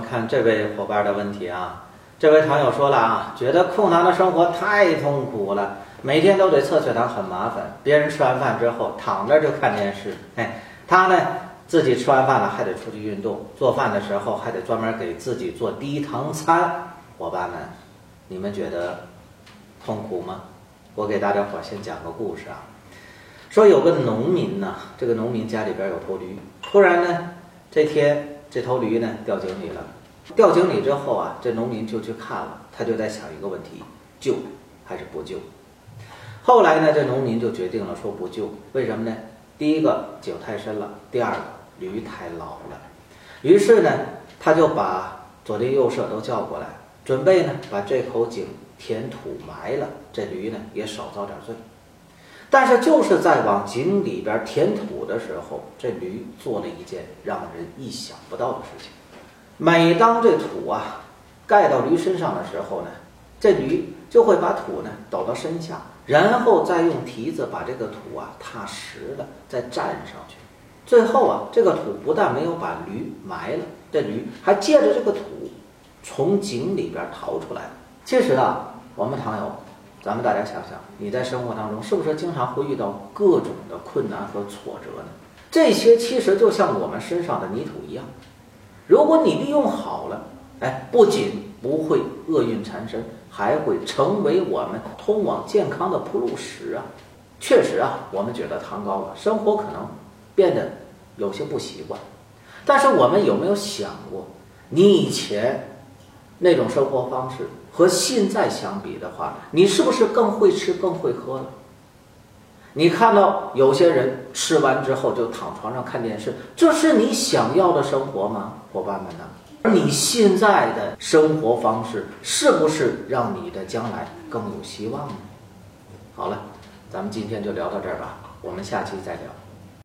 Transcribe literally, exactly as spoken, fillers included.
看这位伙伴的问题啊，这位糖友说了啊，觉得空堂的生活太痛苦了，每天都得测血糖很麻烦，别人吃完饭之后躺着就看电视，哎，他呢自己吃完饭了还得出去运动，做饭的时候还得专门给自己做低糖餐。伙伴们，你们觉得痛苦吗？我给大家伙先讲个故事啊，说有个农民呢，这个农民家里边有头驴，突然呢这天这头驴呢掉井里了，掉井里之后啊，这农民就去看了，他就在想一个问题，救还是不救？后来呢这农民就决定了说不救，为什么呢？第一个井太深了，第二个驴太老了。于是呢他就把左邻右舍都叫过来，准备呢把这口井填土埋了，这驴呢也少遭点罪。但是就是在往井里边填土的时候，这驴做了一件让人意想不到的事情。每当这土啊盖到驴身上的时候呢，这驴就会把土呢抖到身下，然后再用蹄子把这个土啊踏实了，再站上去。最后啊，这个土不但没有把驴埋了，这驴还借着这个土从井里边逃出来了。其实啊，我们糖友，咱们大家想想，你在生活当中是不是经常会遇到各种的困难和挫折呢？这些其实就像我们身上的泥土一样，如果你利用好了，哎，不仅不会厄运缠身，还会成为我们通往健康的铺路石啊。确实啊，我们觉得糖高了，生活可能变得有些不习惯，但是我们有没有想过，你以前那种生活方式和现在相比的话，你是不是更会吃更会喝了？你看到有些人吃完之后就躺床上看电视，这是你想要的生活吗？伙伴们呢？而你现在的生活方式是不是让你的将来更有希望呢？好了，咱们今天就聊到这儿吧，我们下期再聊。